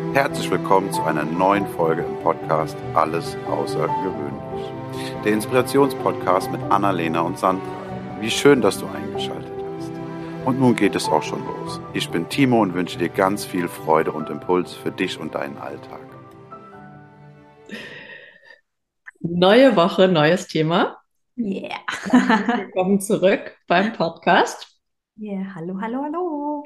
Herzlich willkommen zu einer neuen Folge im Podcast Alles Außergewöhnlich. Der Inspirationspodcast mit Annalena und Sandra. Wie schön, dass du eingeschaltet hast. Und nun geht es auch schon los. Ich bin Timo und wünsche dir ganz viel Freude und Impuls für dich und deinen Alltag. Neue Woche, neues Thema. Yeah. Willkommen zurück beim Podcast. Yeah, hallo, hallo, hallo.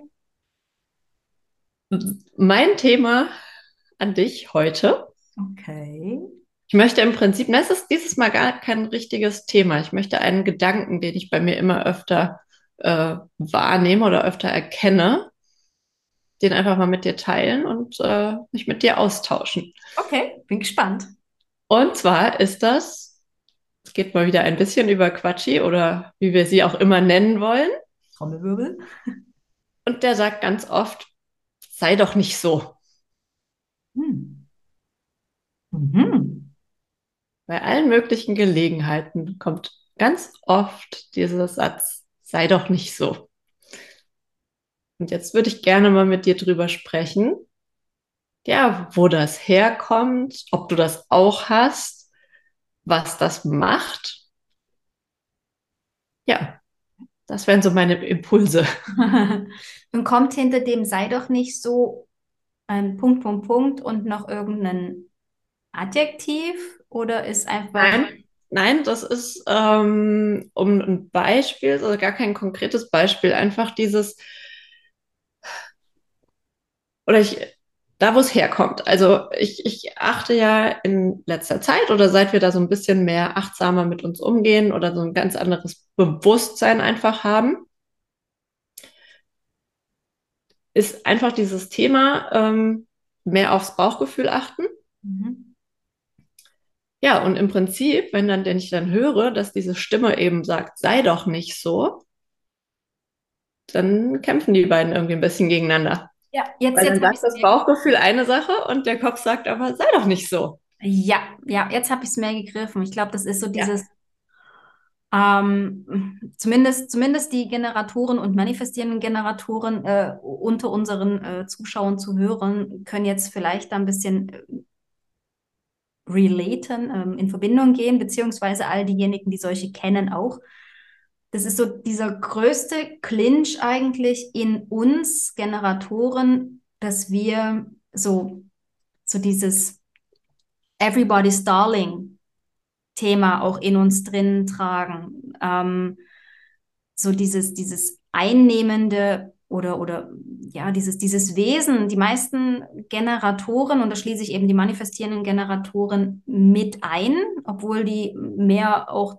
Mein Thema an dich heute. Okay. Ich möchte im Prinzip, das ist dieses Mal gar kein richtiges Thema. Ich möchte einen Gedanken, den ich bei mir immer öfter wahrnehme oder öfter erkenne, den einfach mal mit dir teilen und mich mit dir austauschen. Okay, bin gespannt. Und zwar ist das, es geht mal wieder ein bisschen über Quatschi oder wie wir sie auch immer nennen wollen. Trommelwirbel. Und der sagt ganz oft, sei doch nicht so. Hm. Mhm. Bei allen möglichen Gelegenheiten kommt ganz oft dieser Satz, sei doch nicht so. Und jetzt würde ich gerne mal mit dir drüber sprechen, ja, wo das herkommt, ob du das auch hast, was das macht. Ja, das wären so meine Impulse. Und kommt hinter dem sei doch nicht so ein Punkt, Punkt, Punkt und noch irgendein Adjektiv oder ist einfach, Nein, das ist um ein Beispiel, also gar kein konkretes Beispiel, einfach dieses, oder ich, da wo es herkommt. Also ich achte ja in letzter Zeit oder seit wir da so ein bisschen mehr achtsamer mit uns umgehen oder so ein ganz anderes Bewusstsein einfach haben, ist einfach dieses Thema mehr aufs Bauchgefühl achten. mhm. Ja, und im Prinzip, wenn ich dann höre, dass diese Stimme eben sagt, sei doch nicht so, dann kämpfen die beiden irgendwie ein bisschen gegeneinander. Ja, jetzt, Weil jetzt dann habe ich sagt es das mir. Bauchgefühl eine Sache und der Kopf sagt aber, sei doch nicht so. Ja, ja, jetzt habe ich es mehr gegriffen. Ich glaube, das ist so Ja. dieses. Zumindest die Generatoren und manifestierenden Generatoren unter unseren Zuschauern zu hören, können jetzt vielleicht da ein bisschen relaten, in Verbindung gehen, beziehungsweise all diejenigen, die solche kennen, auch. Das ist so dieser größte Clinch eigentlich in uns Generatoren, dass wir so dieses Everybody's Darling Thema auch in uns drin tragen. So dieses einnehmende oder ja, dieses Wesen, die meisten Generatoren, und da schließe ich eben die manifestierenden Generatoren mit ein, obwohl die mehr auch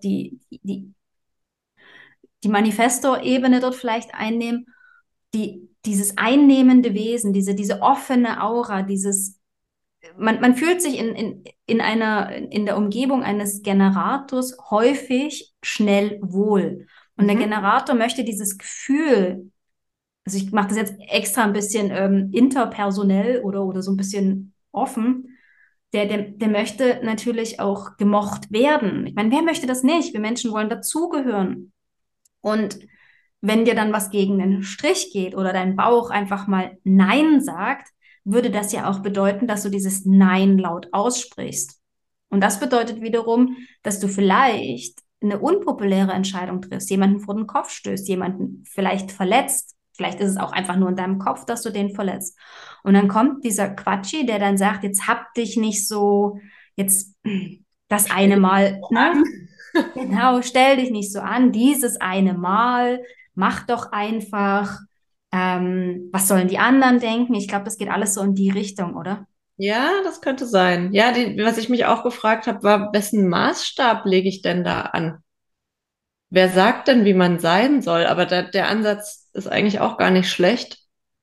die Manifestor-Ebene dort vielleicht einnehmen, dieses einnehmende Wesen, diese offene Aura, man fühlt sich in der Umgebung eines Generators häufig schnell wohl. Und der Mhm. Generator möchte dieses Gefühl, also ich mache das jetzt extra ein bisschen interpersonell oder so ein bisschen offen, der möchte natürlich auch gemocht werden. Ich meine, wer möchte das nicht? Wir Menschen wollen dazugehören. Und wenn dir dann was gegen den Strich geht oder dein Bauch einfach mal Nein sagt, würde das ja auch bedeuten, dass du dieses Nein laut aussprichst. Und das bedeutet wiederum, dass du vielleicht eine unpopuläre Entscheidung triffst, jemanden vor den Kopf stößt, jemanden vielleicht verletzt. Vielleicht ist es auch einfach nur in deinem Kopf, dass du den verletzt. Und dann kommt dieser Quatschi, der dann sagt, jetzt hab dich nicht so, jetzt das eine Mal, ne? Genau, stell dich nicht so an, dieses eine Mal, mach doch einfach. Was sollen die anderen denken? Ich glaube, das geht alles so in die Richtung, oder? Ja, das könnte sein. Ja, was ich mich auch gefragt habe, war, wessen Maßstab lege ich denn da an? Wer sagt denn, wie man sein soll? Aber der Ansatz ist eigentlich auch gar nicht schlecht.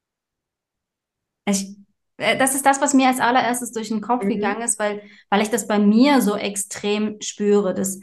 Ich, Das ist das, was mir als allererstes durch den Kopf Mhm. gegangen ist, weil ich das bei mir so extrem spüre, dass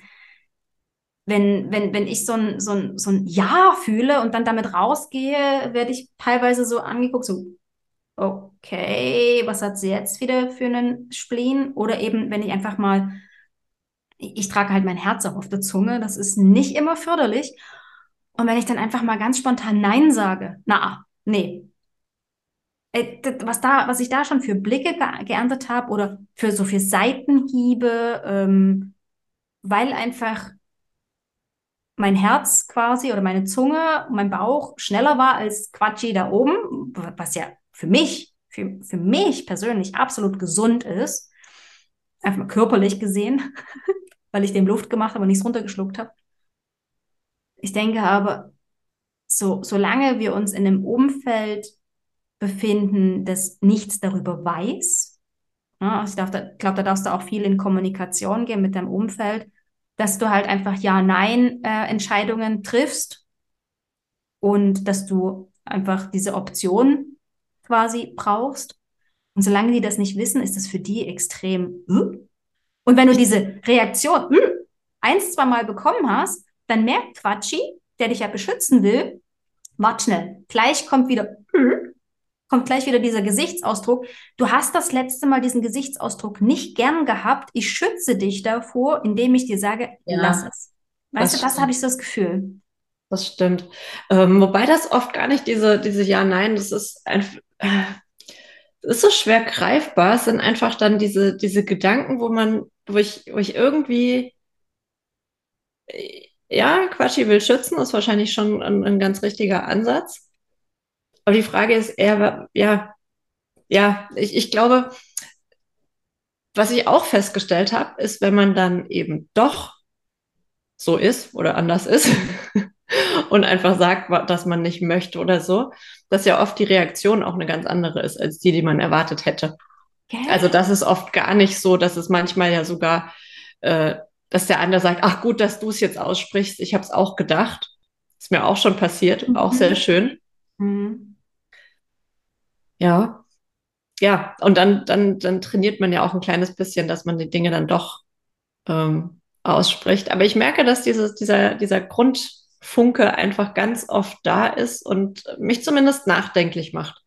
wenn ich so ein Ja fühle und dann damit rausgehe, werde ich teilweise so angeguckt, so, okay, was hat sie jetzt wieder für einen Spleen? Oder eben, wenn ich einfach mal, ich trage halt mein Herz auch auf der Zunge, das ist nicht immer förderlich. Und wenn ich dann einfach mal ganz spontan Nein sage, na, nee, Was ich da schon für Blicke geerntet habe oder für Seitenhiebe, weil einfach mein Herz quasi oder meine Zunge und mein Bauch schneller war als Quatschi da oben, was ja für mich persönlich absolut gesund ist, einfach mal körperlich gesehen, weil ich dem Luft gemacht habe und nichts runtergeschluckt habe. Ich denke aber, solange wir uns in einem Umfeld befinden, das nichts darüber weiß, ne, also glaube, da darfst du auch viel in Kommunikation gehen mit deinem Umfeld, dass du halt einfach Ja-Nein-Entscheidungen triffst und dass du einfach diese Option quasi brauchst. Und solange die das nicht wissen, ist das für die extrem. Und wenn du diese Reaktion eins, zwei Mal bekommen hast, dann merkt Quatschi, der dich ja beschützen will, wart schnell. Kommt gleich wieder dieser Gesichtsausdruck. Du hast das letzte Mal diesen Gesichtsausdruck nicht gern gehabt. Ich schütze dich davor, indem ich dir sage, lass Ja, es. Weißt du, das habe stimmt. ich so das Gefühl. Das stimmt. Wobei das oft gar nicht diese Ja-Nein, das ist einfach, es ist so schwer greifbar. Es sind einfach dann diese Gedanken, wo ich irgendwie, ja, Quatschi will schützen, ist wahrscheinlich schon ein ganz richtiger Ansatz. Aber die Frage ist eher, ja, ja, ich glaube, was ich auch festgestellt habe, ist, wenn man dann eben doch so ist oder anders ist und einfach sagt, dass man nicht möchte oder so, dass ja oft die Reaktion auch eine ganz andere ist als die man erwartet hätte. Gell? Also das ist oft gar nicht so, dass es manchmal ja sogar, äh, dass der andere sagt, ach gut, dass du es jetzt aussprichst, ich habe es auch gedacht. Ist mir auch schon passiert, auch sehr Mhm. schön. Mhm. Ja, ja, und dann trainiert man ja auch ein kleines bisschen, dass man die Dinge dann doch ausspricht. Aber ich merke, dass dieser Grundfunke einfach ganz oft da ist und mich zumindest nachdenklich macht.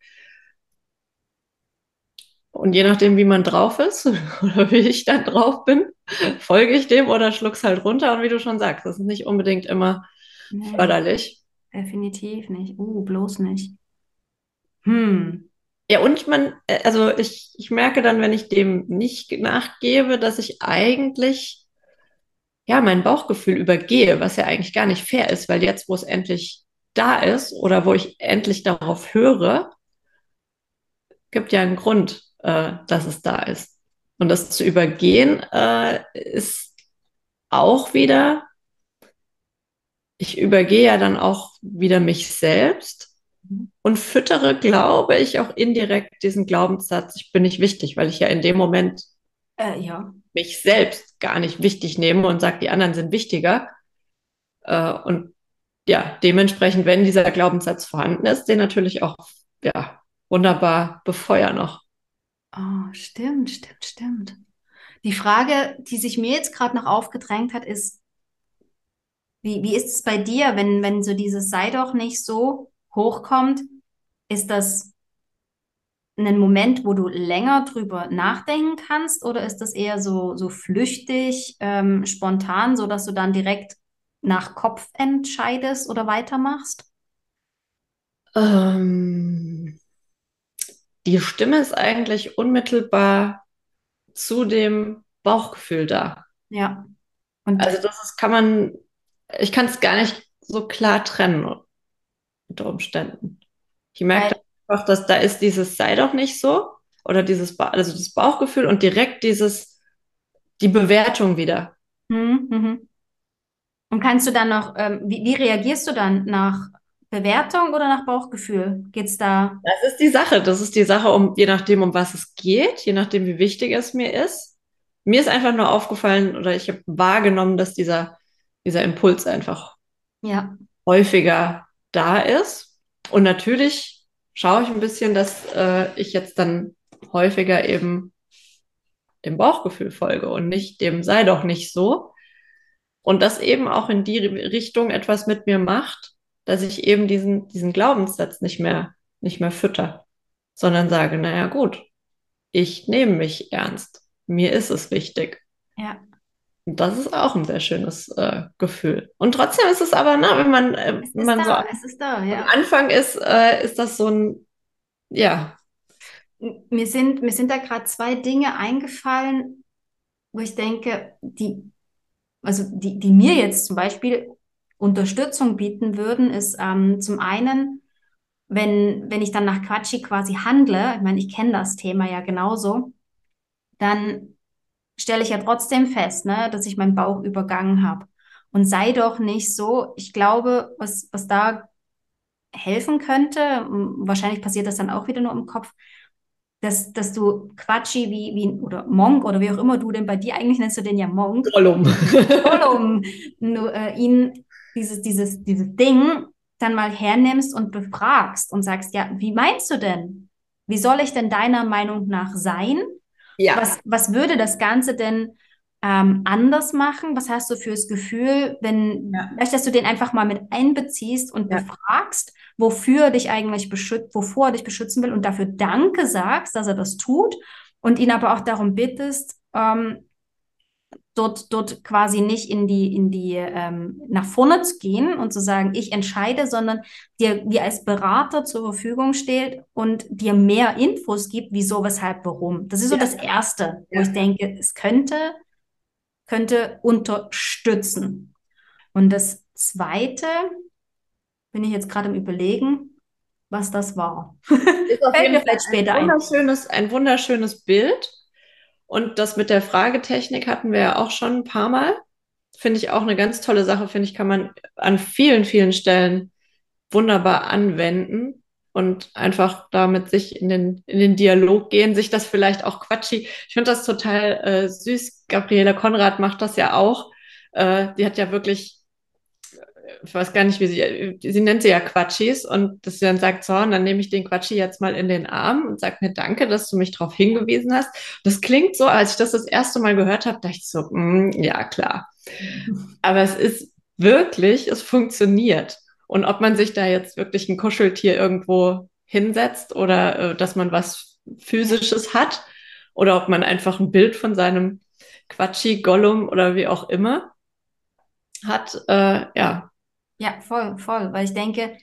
Und je nachdem, wie man drauf ist oder wie ich dann drauf bin, folge ich dem oder schluck's halt runter. Und wie du schon sagst, das ist nicht unbedingt immer Nee, förderlich. definitiv nicht. Bloß nicht. Hm. Ja, und also ich merke dann, wenn ich dem nicht nachgebe, dass ich eigentlich ja mein Bauchgefühl übergehe, was ja eigentlich gar nicht fair ist, weil jetzt, wo es endlich da ist oder wo ich endlich darauf höre, gibt ja einen Grund, dass es da ist. Und das zu übergehen, ist auch wieder, ich übergehe ja dann auch wieder mich selbst und füttere, glaube ich, auch indirekt diesen Glaubenssatz, ich bin nicht wichtig, weil ich ja in dem Moment Ja. mich selbst gar nicht wichtig nehme und sage, die anderen sind wichtiger. Und ja, dementsprechend, wenn dieser Glaubenssatz vorhanden ist, den natürlich auch ja, wunderbar befeuern noch. Oh, stimmt, stimmt, stimmt. Die Frage, die sich mir jetzt gerade noch aufgedrängt hat, ist, wie ist es bei dir, wenn so dieses sei doch nicht so hochkommt? Ist das ein Moment, wo du länger drüber nachdenken kannst, oder ist das eher so flüchtig, spontan, so dass du dann direkt nach Kopf entscheidest oder weitermachst? Ähm, die Stimme ist eigentlich unmittelbar zu dem Bauchgefühl da. Ja. Und Also ich kann es gar nicht so klar trennen unter Umständen. Ich merke weil, einfach, dass da ist dieses sei doch nicht so oder also das Bauchgefühl und direkt die Bewertung wieder. mhm. Und kannst du dann noch, wie reagierst du dann nach Bewertung oder nach Bauchgefühl? Geht's da? Das ist die Sache. Das ist die Sache, je nachdem, um was es geht, je nachdem, wie wichtig es mir ist. Mir ist einfach nur aufgefallen oder ich habe wahrgenommen, dass dieser Impuls einfach Ja, häufiger da ist. Und natürlich schaue ich ein bisschen, dass ich jetzt dann häufiger eben dem Bauchgefühl folge und nicht dem sei doch nicht so. Und das eben auch in die Richtung etwas mit mir macht, dass ich eben diesen Glaubenssatz nicht mehr fütter, sondern sage, naja, gut, ich nehme mich ernst. Mir ist es wichtig. ja. Und das ist auch ein sehr schönes Gefühl. Und trotzdem ist es aber, wenn Es ist man so da, es ist da, am ja. Anfang ist das so ein, ja, mir sind da gerade zwei Dinge eingefallen, wo ich denke, die mir jetzt zum Beispiel Unterstützung bieten würden, ist zum einen, wenn ich dann nach Quatschi quasi handle, ich meine, ich kenne das Thema ja genauso, dann stelle ich ja trotzdem fest, ne, dass ich meinen Bauch übergangen habe. Und sei doch nicht so, ich glaube, was da helfen könnte, wahrscheinlich passiert das dann auch wieder nur im Kopf, dass du Quatschi oder Monk oder wie auch immer du denn bei dir, eigentlich nennst du den ja Monk, Gollum. Gollum, ihn dieses Ding dann mal hernimmst und befragst und sagst, ja, wie meinst du denn? Wie soll ich denn deiner Meinung nach sein? Ja, Was würde das Ganze denn anders machen? Was hast du fürs Gefühl, ja, vielleicht, dass du den einfach mal mit einbeziehst und ja. befragst, wofür er dich eigentlich wovor er dich beschützen will und dafür Danke sagst, dass er das tut und ihn aber auch darum bittest, dort quasi nicht nach vorne zu gehen und zu sagen, ich entscheide, sondern dir als Berater zur Verfügung steht und dir mehr Infos gibt, wieso, weshalb, warum. Das ist so das Ja, Erste, wo ich ja. denke, es könnte unterstützen. Und das Zweite, bin ich jetzt gerade im Überlegen, was das war. Ist auf Fällt jeden mir Fall vielleicht später ein. ein wunderschönes Bild. Und das mit der Fragetechnik hatten wir ja auch schon ein paar Mal. Finde ich auch eine ganz tolle Sache. Finde ich, kann man an vielen, vielen Stellen wunderbar anwenden und einfach da mit sich in den Dialog gehen, sich das vielleicht auch quatschig. Ich finde das total süß. Gabriele Konrad macht das ja auch. Die hat ja wirklich, ich weiß gar nicht, sie nennt sie ja Quatschis und dass sie dann sagt, so, und dann nehme ich den Quatschi jetzt mal in den Arm und sag mir danke, dass du mich darauf hingewiesen hast. Das klingt so, als ich das erste Mal gehört habe, dachte ich so, ja klar. Aber es ist wirklich, es funktioniert. Und ob man sich da jetzt wirklich ein Kuscheltier irgendwo hinsetzt oder dass man was Ja. Physisches hat oder ob man einfach ein Bild von seinem Quatschi, Gollum oder wie auch immer hat, ja. Ja, voll, voll, weil ich denke,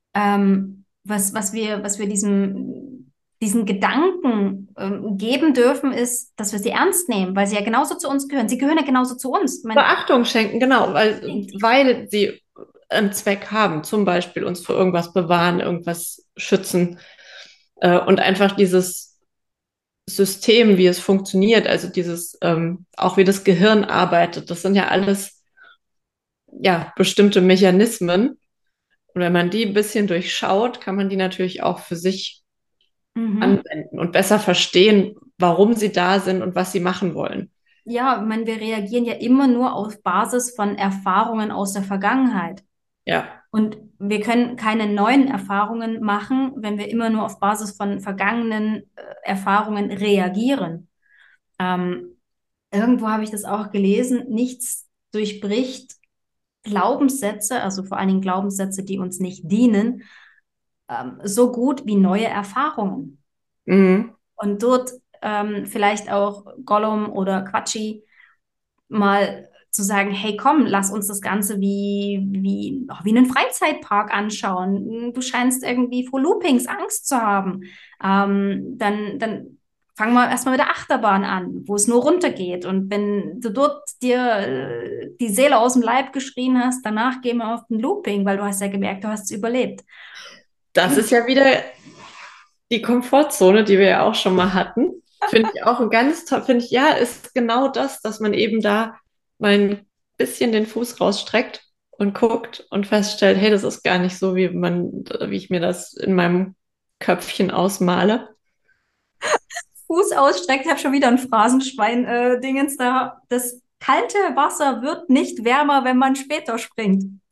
was wir diesen Gedanken geben dürfen, ist, dass wir sie ernst nehmen, weil sie ja genauso zu uns gehören. Sie gehören ja genauso zu uns. Ich meine, Beachtung schenken, genau, weil sie einen Zweck haben, zum Beispiel uns vor irgendwas bewahren, irgendwas schützen und einfach dieses System, wie es funktioniert, also dieses, auch wie das Gehirn arbeitet, das sind ja alles ja bestimmte Mechanismen. Und wenn man die ein bisschen durchschaut, kann man die natürlich auch für sich mhm. anwenden und besser verstehen, warum sie da sind und was sie machen wollen. Ja, ich meine, wir reagieren ja immer nur auf Basis von Erfahrungen aus der Vergangenheit. Ja. Und wir können keine neuen Erfahrungen machen, wenn wir immer nur auf Basis von vergangenen Erfahrungen reagieren. Ähm, Irgendwo habe ich das auch gelesen, nichts durchbricht Glaubenssätze, also vor allen Dingen Glaubenssätze, die uns nicht dienen, so gut wie neue Erfahrungen. Mhm. Und dort vielleicht auch Gollum oder Quatschi mal zu sagen, hey komm, lass uns das Ganze wie einen Freizeitpark anschauen. Du scheinst irgendwie vor Loopings Angst zu haben. Dann fangen wir erstmal mit der Achterbahn an, wo es nur runtergeht. Und wenn du dort dir die Seele aus dem Leib geschrien hast, danach gehen wir auf den Looping, weil du hast ja gemerkt, du hast es überlebt. Das ist ja wieder die Komfortzone, die wir ja auch schon mal hatten. Finde ich auch ein ganz toll, finde ich, ja, ist genau das, dass man eben da mal ein bisschen den Fuß rausstreckt und guckt und feststellt, hey, das ist gar nicht so, wie ich mir das in meinem Köpfchen ausmale. Fuß ausstreckt, ich habe schon wieder ein Phrasenschwein-Dingens da. Das kalte Wasser wird nicht wärmer, wenn man später springt.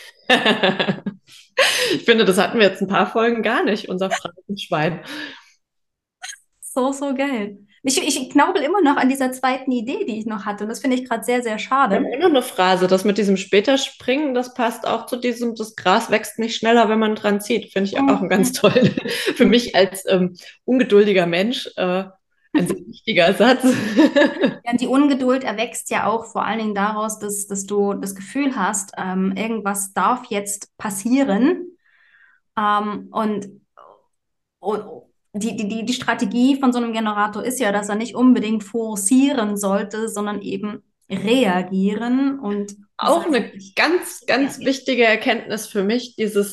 Ich finde, das hatten wir jetzt ein paar Folgen gar nicht, unser Phrasenschwein. So, so geil. Ich knaubel immer noch an dieser zweiten Idee, die ich noch hatte. Und das finde ich gerade sehr, sehr Wir haben schade. auch noch eine Phrase, das mit diesem später Springen, das passt auch zu diesem, das Gras wächst nicht schneller, wenn man dran zieht. Finde ich auch einen ganz Mhm. tollen, für mich als ungeduldiger Mensch ein sehr wichtiger Satz. Ja, die Ungeduld erwächst ja auch vor allen Dingen daraus, dass du das Gefühl hast, irgendwas darf jetzt passieren. Und, und die Strategie von so einem Generator ist ja, dass er nicht unbedingt forcieren sollte, sondern eben reagieren. Und das Auch heißt eine nicht, ganz, ja, ganz wichtige Erkenntnis für mich,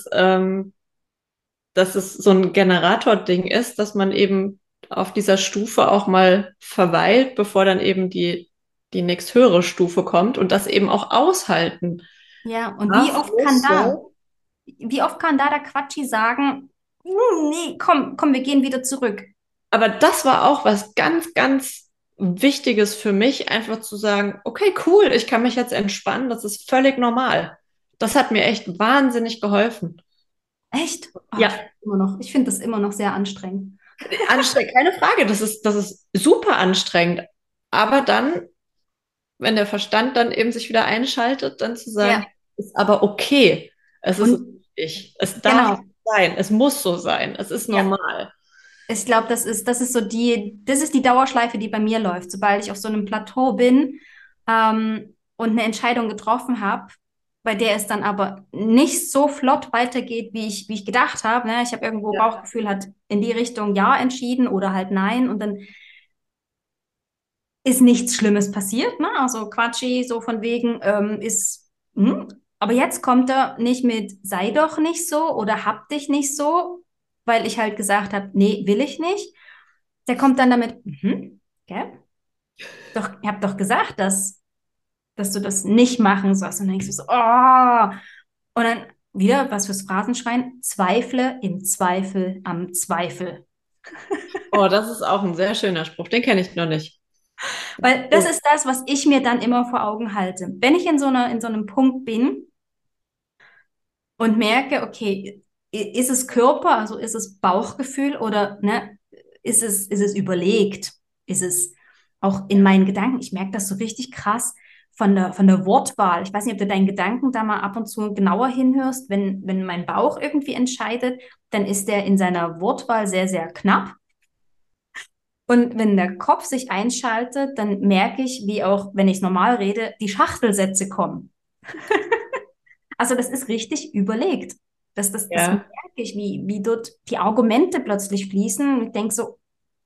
dass es so ein Generator-Ding ist, dass man eben auf dieser Stufe auch mal verweilt, bevor dann eben die nächsthöhere Stufe kommt und das eben auch aushalten. ja. Und Das muss so. wie oft kann da der Quatschi sagen, Nee, komm, wir gehen wieder zurück. Aber das war auch was ganz, ganz Wichtiges für mich, einfach zu sagen, okay, cool, ich kann mich jetzt entspannen, das ist völlig normal. Das hat mir echt wahnsinnig geholfen. Echt? Oh, Ja, ich finde das immer noch sehr anstrengend. anstrengend, keine Frage, das ist super anstrengend. Aber dann, wenn der Verstand dann eben sich wieder einschaltet, dann zu sagen, Ja. ist aber okay, es ist Und richtig, es darf genau, sein, es muss so sein, es ist ja. normal. Ich glaube, das ist so das ist die Dauerschleife, die bei mir läuft. Sobald ich auf so einem Plateau bin, und eine Entscheidung getroffen habe, bei der es dann aber nicht so flott weitergeht, wie ich gedacht habe. Ne? Ich habe irgendwo Ja, Bauchgefühl, hat in die Richtung ja entschieden oder halt nein. Und dann ist nichts Schlimmes passiert. Ne? Also Quatschi, so von wegen, aber jetzt kommt er nicht mit sei doch nicht so oder hab dich nicht so, weil ich halt gesagt habe, nee, will ich nicht. Der kommt dann damit, gell? Doch, ich habe doch gesagt, dass du das nicht machen sollst. Und dann denkst du so, oh. Und dann wieder was fürs Phrasenschwein, zweifle im Zweifel am Zweifel. oh, das ist auch ein sehr schöner Spruch, den kenne ich noch nicht. Weil das ist das, was ich mir dann immer vor Augen halte. Wenn ich in so einem Punkt bin und merke, okay, ist es Körper, also ist es Bauchgefühl oder ne, ist es überlegt? Ist es auch in meinen Gedanken? Ich merke das so richtig krass von der Wortwahl. Ich weiß nicht, ob du deinen Gedanken da mal ab und zu genauer hinhörst. Wenn mein Bauch irgendwie entscheidet, dann ist der in seiner Wortwahl sehr, sehr knapp. Und wenn der Kopf sich einschaltet, dann merke ich, wie auch, wenn ich normal rede, die Schachtelsätze kommen. Also das ist richtig überlegt. Das merke Ja, ich, wie dort die Argumente plötzlich fließen. Und ich denke so,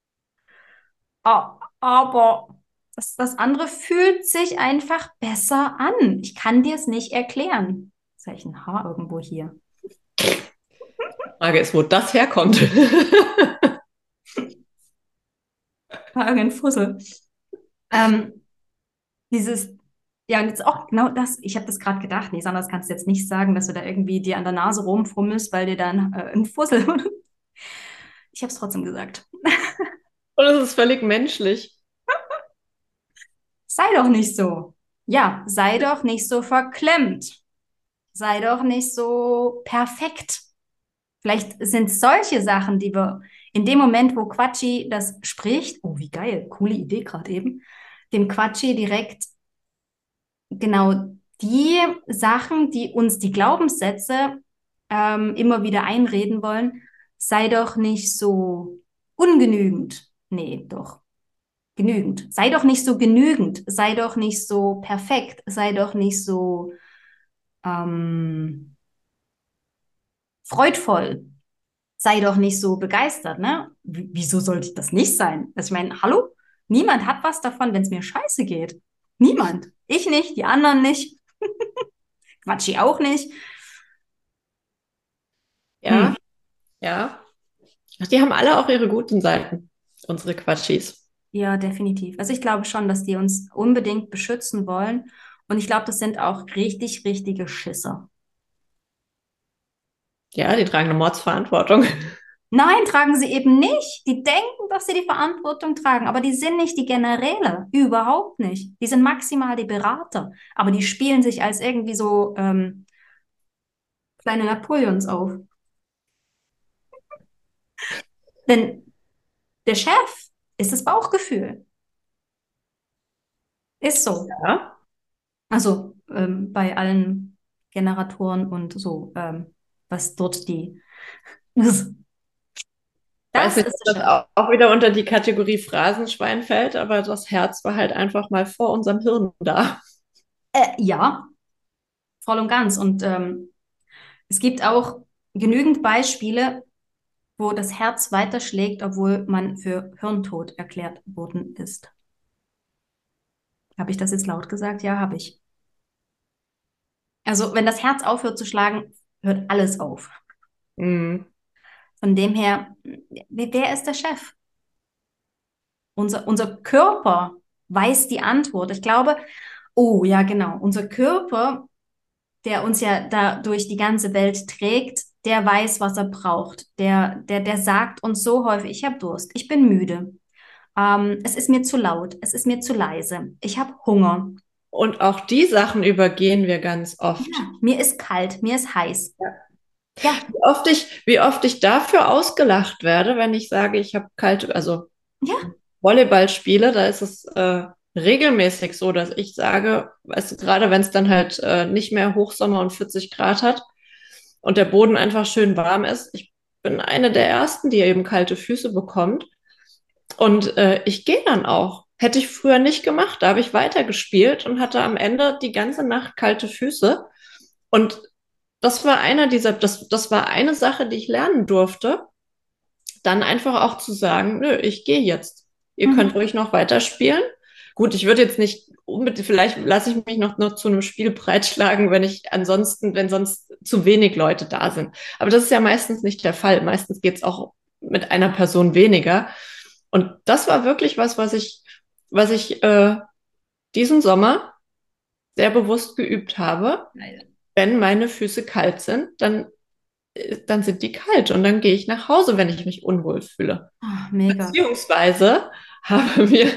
aber das andere fühlt sich einfach besser an. Ich kann dir es nicht erklären. Jetzt habe ich ein Haar irgendwo hier. Frage ist, wo das herkommt. War irgendein Fussel. Ähm, dieses, ja, und jetzt auch genau das. Ich habe das gerade gedacht. Nee, anders kannst du jetzt nicht sagen, dass du da irgendwie dir an der Nase rumfummelst, weil dir dann ein Fussel. Ich habe es trotzdem gesagt. Und es ist völlig menschlich. Sei doch nicht so. Ja, sei doch nicht so verklemmt. Sei doch nicht so perfekt. Vielleicht sind es solche Sachen, die wir in dem Moment, wo Quatschi das spricht, oh, wie geil, coole Idee gerade eben, dem Quatschi direkt genau die Sachen, die uns die Glaubenssätze immer wieder einreden wollen, sei doch nicht so ungenügend. Nee, doch. Genügend. Sei doch nicht so genügend. Sei doch nicht so perfekt. Sei doch nicht so ähm, freudvoll. Sei doch nicht so begeistert, ne? Wieso sollte ich das nicht sein? Also ich meine, hallo? Niemand hat was davon, wenn es mir scheiße geht. Niemand. Ich nicht, die anderen nicht, Quatschi auch nicht. Hm. Ja, ja. Ach, die haben alle auch ihre guten Seiten, unsere Quatschis. Ja, definitiv. Also ich glaube schon, dass die uns unbedingt beschützen wollen. Und ich glaube, das sind auch richtig, richtige Schisser. Ja, die tragen eine Mordsverantwortung. Nein, tragen sie eben nicht. Die denken, dass sie die Verantwortung tragen, aber die sind nicht die Generäle. Überhaupt nicht. Die sind maximal die Berater. Aber die spielen sich als irgendwie so kleine Napoleons auf. Denn der Chef ist das Bauchgefühl. Ist so. Ja, Also bei allen Generatoren und so, was dort die. Das, ich weiß das nicht, ist ob der das Chef. auch wieder unter die Kategorie Phrasenschwein fällt, aber das Herz war halt einfach mal vor unserem Hirn da. Ja, voll und ganz. Und es gibt auch genügend Beispiele, wo das Herz weiterschlägt, obwohl man für hirntot erklärt worden ist. Habe ich das jetzt laut gesagt? Ja, habe ich. Also wenn das Herz aufhört zu schlagen, hört alles auf. Mhm. Von dem her, wer ist der Chef? Unser Körper weiß die Antwort. Ich glaube, oh ja, genau, unser Körper, der uns ja da durch die ganze Welt trägt, der weiß, was er braucht. Der sagt uns so häufig, ich habe Durst, ich bin müde, es ist mir zu laut, es ist mir zu leise, ich habe Hunger. Und auch die Sachen übergehen wir ganz oft. Ja, mir ist kalt, mir ist heiß. Ja. Ja, Wie oft ich dafür ausgelacht werde, wenn ich sage, ich habe kalte, also ja, Volleyball spiele, da ist es regelmäßig so, dass ich sage, weißt du, gerade wenn es dann halt nicht mehr Hochsommer und 40 Grad hat und der Boden einfach schön warm ist, ich bin eine der Ersten, die eben kalte Füße bekommt. Und ich gehe dann auch. Hätte ich früher nicht gemacht. Da habe ich weitergespielt und hatte am Ende die ganze Nacht kalte Füße. Und das war eine Sache, die ich lernen durfte, dann einfach auch zu sagen, nö, ich gehe jetzt. Ihr könnt mhm. ruhig noch weiterspielen. Gut, ich würde jetzt nicht unbedingt, vielleicht lasse ich mich noch zu einem Spiel breitschlagen, wenn sonst zu wenig Leute da sind. Aber das ist ja meistens nicht der Fall. Meistens geht es auch mit einer Person weniger. Und das war wirklich was ich diesen Sommer sehr bewusst geübt habe. Geil. Wenn meine Füße kalt sind, dann sind die kalt und dann gehe ich nach Hause, wenn ich mich unwohl fühle. Ah, mega. Beziehungsweise habe mir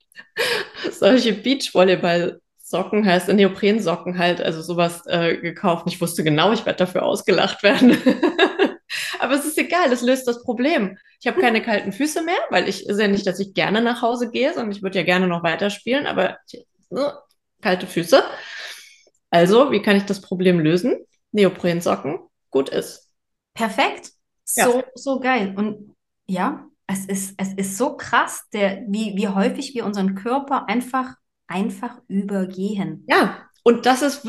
solche Beachvolleyball-Socken, heißt Neoprensocken halt, also sowas gekauft. Ich wusste genau, ich werde dafür ausgelacht werden. Aber es ist egal, es löst das Problem. Ich habe keine kalten Füße mehr, weil ich ist ja nicht, dass ich gerne nach Hause gehe, sondern ich würde ja gerne noch weiterspielen, aber kalte Füße. Also, wie kann ich das Problem lösen? Neoprensocken, gut ist. Perfekt. Ja. So, so geil. Und ja, es ist so krass, wie häufig wir unseren Körper einfach übergehen. Ja, und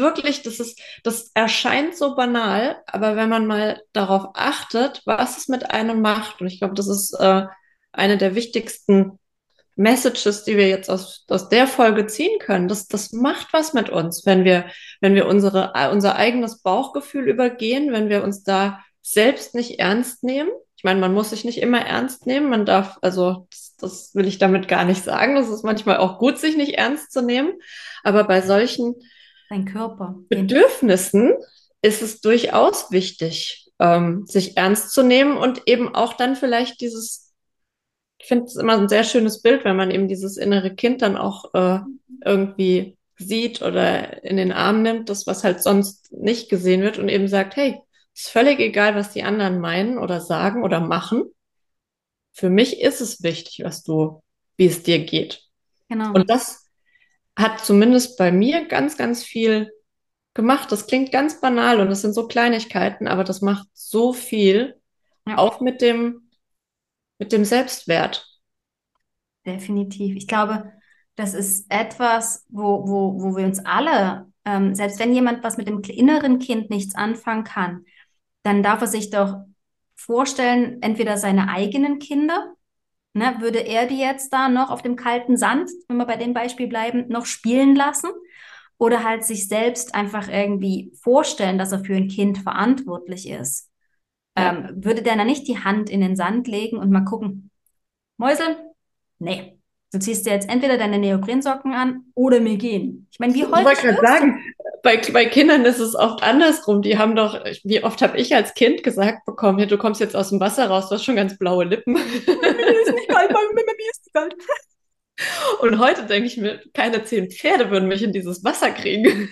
das erscheint so banal, aber wenn man mal darauf achtet, was es mit einem macht, und ich glaube, das ist eine der wichtigsten Messages, die wir jetzt aus der Folge ziehen können, das macht was mit uns, wenn wir unser eigenes Bauchgefühl übergehen, wenn wir uns da selbst nicht ernst nehmen. Ich meine, man muss sich nicht immer ernst nehmen, man darf, also das will ich damit gar nicht sagen. Das ist manchmal auch gut, sich nicht ernst zu nehmen. Aber bei solchen Dein Körper. Bedürfnissen ist es durchaus wichtig, sich ernst zu nehmen und eben auch dann vielleicht ich finde es immer ein sehr schönes Bild, wenn man eben dieses innere Kind dann auch irgendwie sieht oder in den Arm nimmt, das, was halt sonst nicht gesehen wird und eben sagt, hey, ist völlig egal, was die anderen meinen oder sagen oder machen. Für mich ist es wichtig, wie es dir geht. Genau. Und das hat zumindest bei mir ganz, ganz viel gemacht. Das klingt ganz banal und es sind so Kleinigkeiten, aber das macht so viel, Ja, auch mit dem Selbstwert. definitiv. Ich glaube, das ist etwas, wo wir uns alle, selbst wenn jemand was mit dem inneren Kind nichts anfangen kann, dann darf er sich doch vorstellen, entweder seine eigenen Kinder, ne, würde er die jetzt da noch auf dem kalten Sand, wenn wir bei dem Beispiel bleiben, noch spielen lassen? Oder halt sich selbst einfach irgendwie vorstellen, dass er für ein Kind verantwortlich ist. Ja. Würde der dann nicht die Hand in den Sand legen und mal gucken, Mäusel? Nee. Du ziehst dir jetzt entweder deine Neoprensocken an oder mir gehen. Ich meine, wie Ich wollte häufig gerade hörst du? sagen, bei Kindern ist es oft andersrum. Die haben doch, wie oft habe ich als Kind gesagt bekommen, hey, du kommst jetzt aus dem Wasser raus, du hast schon ganz blaue Lippen. Mir ist nicht kalt, mir ist nicht kalt. Und heute denke ich mir, keine 10 Pferde würden mich in dieses Wasser kriegen.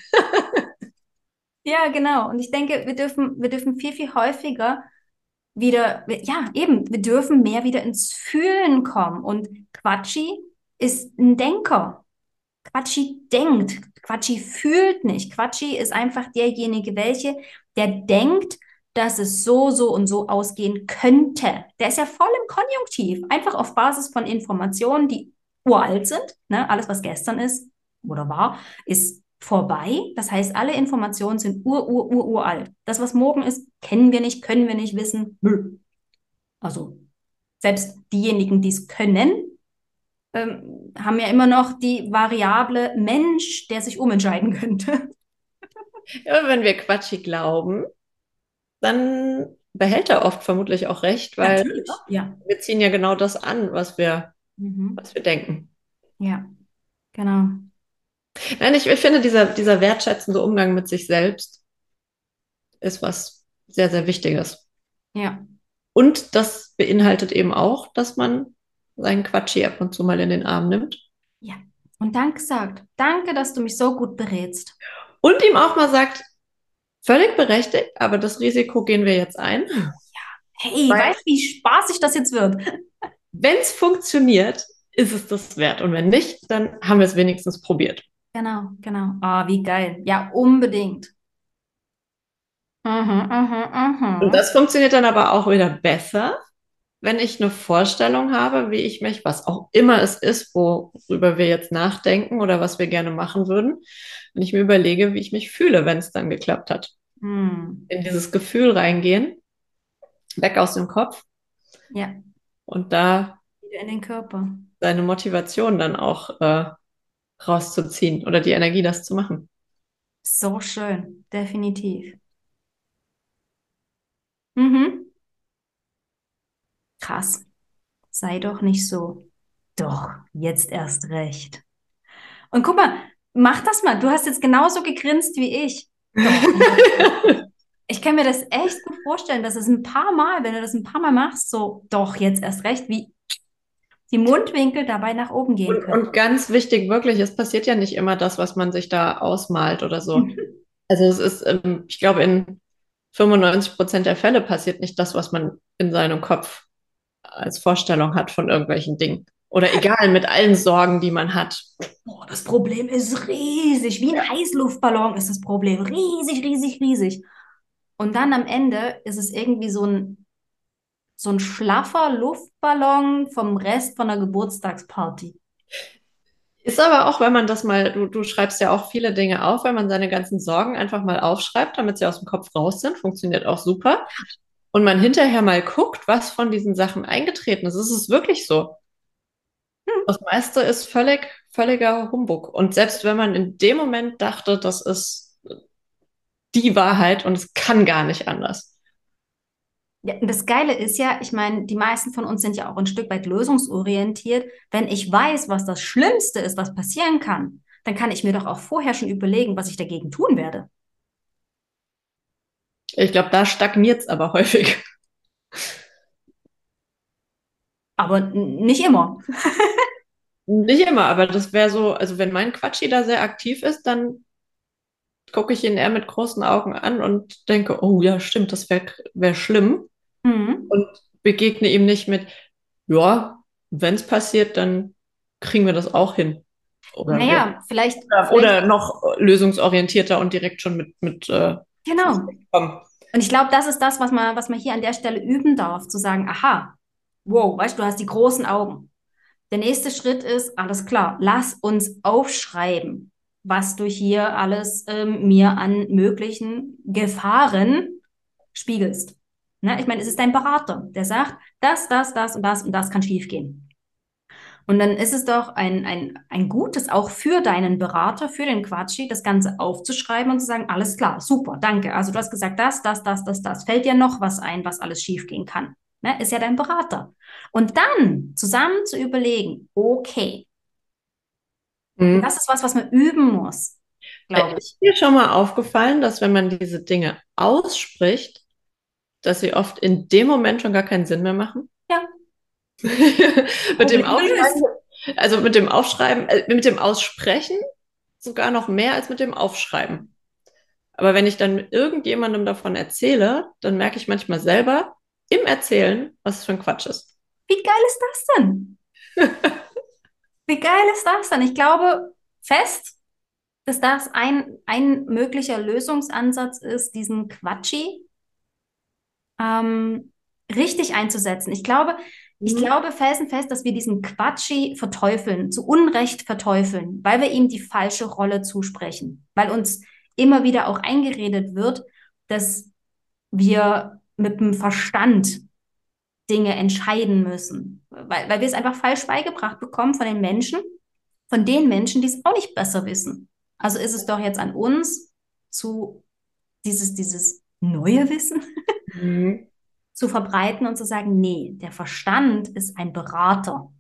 Ja, genau. Und ich denke, wir dürfen viel, viel häufiger wieder, ja, eben, wir dürfen mehr wieder ins Fühlen kommen. Und Quatschi ist ein Denker. Quatschi denkt. Quatschi fühlt nicht. Quatschi ist einfach derjenige, der denkt, dass es so, so und so ausgehen könnte. Der ist ja voll im Konjunktiv. Einfach auf Basis von Informationen, die uralt sind. Ne? Alles, was gestern ist oder war, ist vorbei. Das heißt, alle Informationen sind uralt. Das, was morgen ist, kennen wir nicht, können wir nicht wissen. Müll. Also selbst diejenigen, die es können, haben ja immer noch die Variable Mensch, der sich umentscheiden könnte. Ja, wenn wir Quatschi glauben, dann behält er oft vermutlich auch recht, weil Natürlich, ja. wir ziehen ja genau das an, Mhm. was wir denken. Ja, genau. Nein, ich finde, dieser wertschätzende Umgang mit sich selbst ist was sehr, sehr Wichtiges. Ja, Und das beinhaltet eben auch, dass man seinen Quatschi ab und zu mal in den Arm nimmt. ja. Und Dank sagt, danke, dass du mich so gut berätst. Und ihm auch mal sagt, völlig berechtigt, aber das Risiko gehen wir jetzt ein. Hey, Weil weißt du, wie spaßig das jetzt wird? wenn es funktioniert, ist es das wert. Und wenn nicht, dann haben wir es wenigstens probiert. Genau, genau. Ah, wie geil. Ja, unbedingt. Mhm, mhm, Und mhm. das funktioniert dann aber auch wieder besser, wenn ich eine Vorstellung habe, wie ich mich, was auch immer es ist, worüber wir jetzt nachdenken oder was wir gerne machen würden, wenn ich mir überlege, wie ich mich fühle, wenn es dann geklappt hat. Hm. In dieses Gefühl reingehen, weg aus dem Kopf Ja, und da wieder in den Körper. seine Motivation dann auch rauszuziehen oder die Energie, das zu machen. So schön, definitiv. Mhm. Krass. Sei doch nicht so. Doch, jetzt erst recht. Und guck mal, mach das mal. Du hast jetzt genauso gegrinst wie ich. Doch. Ich kann mir das echt gut vorstellen, dass es ein paar Mal, wenn du das ein paar Mal machst, so, doch, jetzt erst recht, wie die Mundwinkel dabei nach oben gehen können. Und ganz wichtig, wirklich, es passiert ja nicht immer das, was man sich da ausmalt oder so. Also es ist, ich glaube, in 95% der Fälle passiert nicht das, was man in seinem Kopf als Vorstellung hat von irgendwelchen Dingen. Oder egal, mit allen Sorgen, die man hat. Oh, das Problem ist riesig. Wie ein Heißluftballon ist das Problem. Riesig, riesig, riesig. Und dann am Ende ist es irgendwie so ein schlaffer Luftballon vom Rest von der Geburtstagsparty. Ist aber auch, wenn man das mal, du schreibst ja auch viele Dinge auf, wenn man seine ganzen Sorgen einfach mal aufschreibt, damit sie aus dem Kopf raus sind, funktioniert auch super. Und man hinterher mal guckt, was von diesen Sachen eingetreten ist. Es ist wirklich so. Das meiste ist völliger Humbug. Und selbst wenn man in dem Moment dachte, das ist die Wahrheit und es kann gar nicht anders. Ja, und das Geile ist ja, ich meine, die meisten von uns sind ja auch ein Stück weit lösungsorientiert. Wenn ich weiß, was das Schlimmste ist, was passieren kann, dann kann ich mir doch auch vorher schon überlegen, was ich dagegen tun werde. Ich glaube, da stagniert es aber häufig. Aber nicht immer. Nicht immer, aber das wäre so, also wenn mein Quatschi da sehr aktiv ist, dann gucke ich ihn eher mit großen Augen an und denke, oh ja, stimmt, das wär schlimm. Mhm. Und begegne ihm nicht mit, ja, wenn es passiert, dann kriegen wir das auch hin. Oder, Naja, oder noch lösungsorientierter und direkt schon mit genau. komm. Und ich glaube, das ist das, was man hier an der Stelle üben darf, zu sagen, aha, wow, weißt du, du hast die großen Augen. Der nächste Schritt ist, alles klar, lass uns aufschreiben, was du hier alles mir an möglichen Gefahren spiegelst. Ne? Ich meine, es ist dein Berater, der sagt, das und das kann schiefgehen. Und dann ist es doch ein Gutes, auch für deinen Berater, für den Quatschi, das Ganze aufzuschreiben und zu sagen, alles klar, super, danke. Also du hast gesagt, das. Fällt dir noch was ein, was alles schiefgehen kann? Ne? Ist ja dein Berater. Und dann zusammen zu überlegen, okay, und Mhm. das ist was, was man üben muss, glaube ich. Ist dir schon mal aufgefallen, dass wenn man diese Dinge ausspricht, dass sie oft in dem Moment schon gar keinen Sinn mehr machen? Ja, Mit dem Problem Aufschreiben, gelöst. also mit dem Aufschreiben, mit dem Aussprechen sogar noch mehr als mit dem Aufschreiben. Aber wenn ich dann mit irgendjemandem davon erzähle, dann merke ich manchmal selber im Erzählen, was es für ein Quatsch ist. Wie geil ist das denn? Wie geil ist das denn? Ich glaube fest, dass das ein möglicher Lösungsansatz ist, diesen Quatschi ähm, richtig einzusetzen. Ich Mhm. glaube felsenfest, dass wir diesen Quatschi verteufeln, zu Unrecht verteufeln, weil wir ihm die falsche Rolle zusprechen, weil uns immer wieder auch eingeredet wird, dass wir mit dem Verstand Dinge entscheiden müssen, weil wir es einfach falsch beigebracht bekommen von den Menschen, die es auch nicht besser wissen. Also ist es doch jetzt an uns, zu dieses neue Wissen Mhm. zu verbreiten und zu sagen, nee, der Verstand ist ein Berater.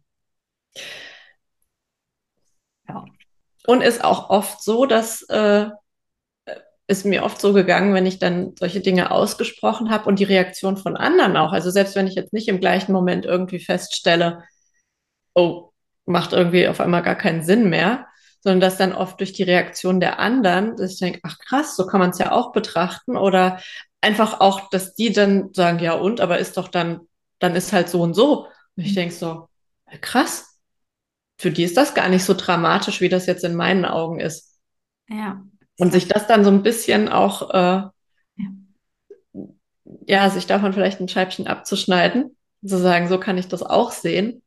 Ja. Und ist auch oft so, dass ist mir oft so gegangen, wenn ich dann solche Dinge ausgesprochen habe und die Reaktion von anderen auch. Also selbst wenn ich jetzt nicht im gleichen Moment irgendwie feststelle, oh, macht irgendwie auf einmal gar keinen Sinn mehr, sondern dass dann oft durch die Reaktion der anderen, dass ich denke, ach krass, so kann man es ja auch betrachten oder einfach auch, dass die dann sagen, ja und, aber ist doch dann ist halt so und so. Und ich denke so, krass, für die ist das gar nicht so dramatisch, wie das jetzt in meinen Augen ist. Ja. Und sich das dann so ein bisschen auch, Ja. ja, sich davon vielleicht ein Scheibchen abzuschneiden, zu sagen, so kann ich das auch sehen.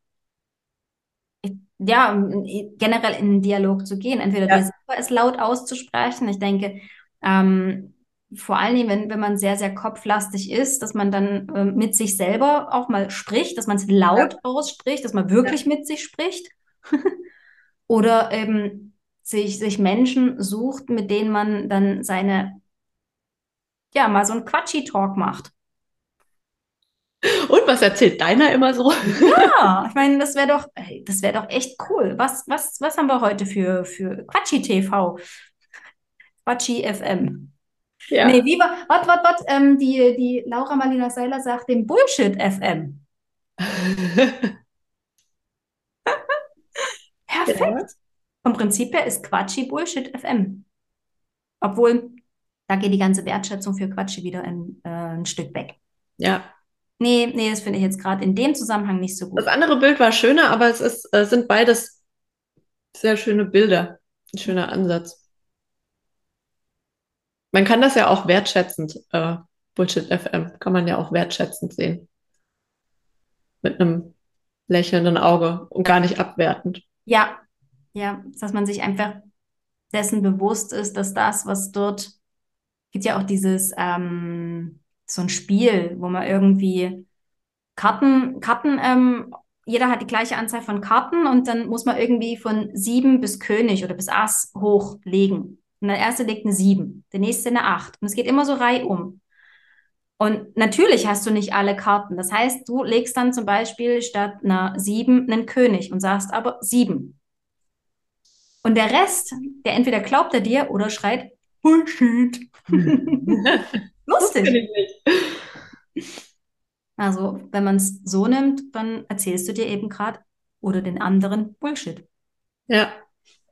Ja, generell in den Dialog zu gehen, entweder dir Ja, selber es laut auszusprechen. Ich denke, vor allen Dingen, wenn man sehr, sehr kopflastig ist, dass man dann mit sich selber auch mal spricht, dass man es laut ja, ausspricht, dass man ja. wirklich mit sich spricht. Oder sich Menschen sucht, mit denen man dann ja, mal so einen Quatschi-Talk macht. Und was erzählt deiner immer so? Ja, ich meine, das wäre doch echt cool. Was haben wir heute für Quatschi TV? Quatschi FM. Nee, Ja. wie war, die Laura Marlina Seiler sagt dem Bullshit FM. Ja. Perfekt. Vom Prinzip her ist Quatschi Bullshit FM. Obwohl, da geht die ganze Wertschätzung für Quatschi wieder ein Stück weg. Ja. Nee, das finde ich jetzt gerade in dem Zusammenhang nicht so Das gut. andere Bild war schöner, aber sind beides sehr schöne Bilder. Ein schöner Ansatz. Man kann das ja auch wertschätzend, Bullshit FM, kann man ja auch wertschätzend sehen. Mit einem lächelnden Auge und gar nicht abwertend. Ja, ja, dass man sich einfach dessen bewusst ist, dass das, was dort, gibt ja auch so ein Spiel, wo man irgendwie Karten, jeder hat die gleiche Anzahl von Karten und dann muss man irgendwie von 7 bis König oder bis Ass hochlegen. Und der erste legt eine 7, der nächste eine 8. Und es geht immer so reihum. Und natürlich hast du nicht alle Karten. Das heißt, du legst dann zum Beispiel statt einer 7 einen König und sagst aber 7. Und der Rest, der entweder glaubt er dir oder schreit Bullshit. Das kenne Lustig. ich nicht. Also, wenn man es so nimmt, dann erzählst du dir eben gerade oder den anderen Bullshit. Ja.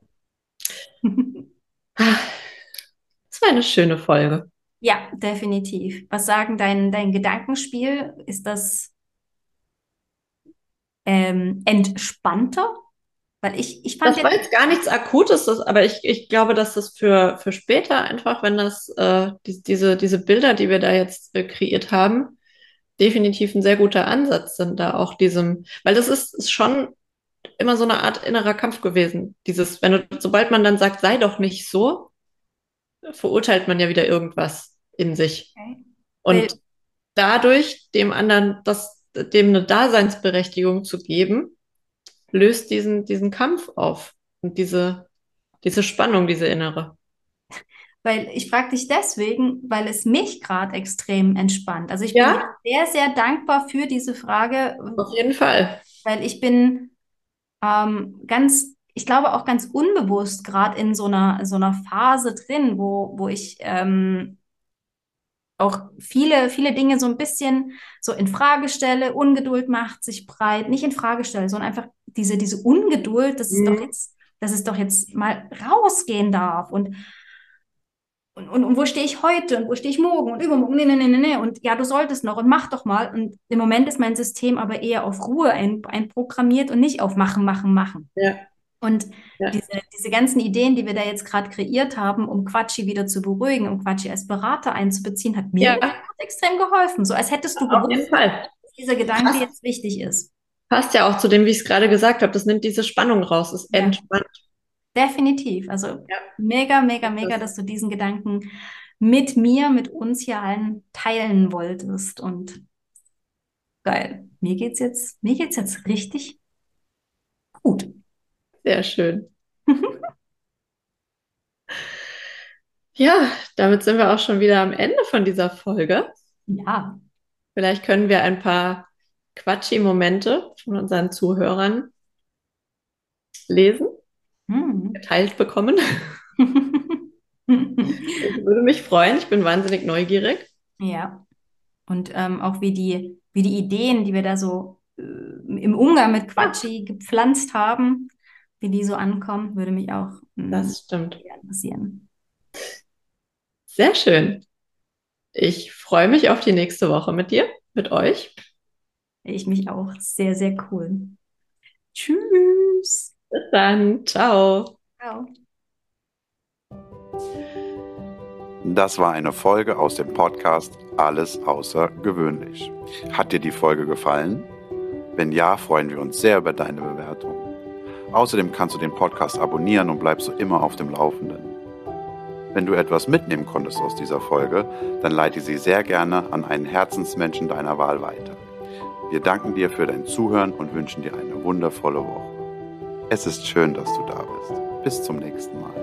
Das war eine schöne Folge. Ja, definitiv. Was sagen dein Gedankenspiel? Ist das entspannter? Weil ich fand Das war jetzt, jetzt gar nichts Akutes, aber ich glaube, dass das für später einfach, wenn diese Bilder, die wir da jetzt kreiert haben, definitiv ein sehr guter Ansatz sind, da auch weil das ist schon immer so eine Art innerer Kampf gewesen. Sobald man dann sagt, sei doch nicht so, verurteilt man ja wieder irgendwas in sich. okay. Und Weil, dadurch dem anderen dem eine Daseinsberechtigung zu geben, löst diesen Kampf auf und diese Spannung, diese innere. weil ich frage dich deswegen, weil es mich gerade extrem entspannt. Also ich bin dir Ja, sehr, sehr dankbar für diese Frage, auf jeden Fall. weil ich bin ich glaube auch ganz unbewusst gerade in so einer Phase drin, wo ich auch viele Dinge so ein bisschen so in Frage stelle. Ungeduld macht sich breit, nicht in Frage stelle, sondern einfach diese Ungeduld, Mhm. dass es doch jetzt mal rausgehen darf und wo stehe ich heute und wo stehe ich morgen und übermorgen, nee. Und ja, du solltest noch und mach doch mal. Und im Moment ist mein System aber eher auf Ruhe einprogrammiert und nicht auf machen, machen, machen. Ja, Und ja. diese ganzen Ideen, die wir da jetzt gerade kreiert haben, um Quatschi wieder zu beruhigen, um Quatschi als Berater einzubeziehen, hat mir Ja, jetzt extrem geholfen. So als hättest du auf jeden gewusst, Fall. dass dieser Gedanke Passt, jetzt wichtig ist. passt ja auch zu dem, wie ich es gerade gesagt habe. Das nimmt diese Spannung raus, ist Ja, entspannt. definitiv. Also Ja, mega, dass du diesen Gedanken mit mir, mit uns hier allen teilen wolltest. Und geil. Mir geht's jetzt richtig gut. Sehr schön. Ja, damit sind wir auch schon wieder am Ende von dieser Folge. Ja. Vielleicht können wir ein paar Quatschi-Momente von unseren Zuhörern lesen, Hm. geteilt bekommen. Ich würde mich freuen. Ich bin wahnsinnig neugierig. Ja. Und auch wie die Ideen, die wir da so im Umgang mit Quatschi gepflanzt haben, wie die so ankommen, würde mich auch Das stimmt. sehr interessieren. Sehr schön. Ich freue mich auf die nächste Woche mit dir, mit euch. Ich mich auch. Sehr, sehr cool. Tschüss. Bis dann. Ciao. Ciao. Das war eine Folge aus dem Podcast Alles außergewöhnlich. Hat dir die Folge gefallen? Wenn ja, freuen wir uns sehr über deine Bewertung. Außerdem kannst du den Podcast abonnieren und bleibst so immer auf dem Laufenden. Wenn du etwas mitnehmen konntest aus dieser Folge, dann leite sie sehr gerne an einen Herzensmenschen deiner Wahl weiter. Wir danken dir für dein Zuhören und wünschen dir eine wundervolle Woche. Es ist schön, dass du da bist. Bis zum nächsten Mal.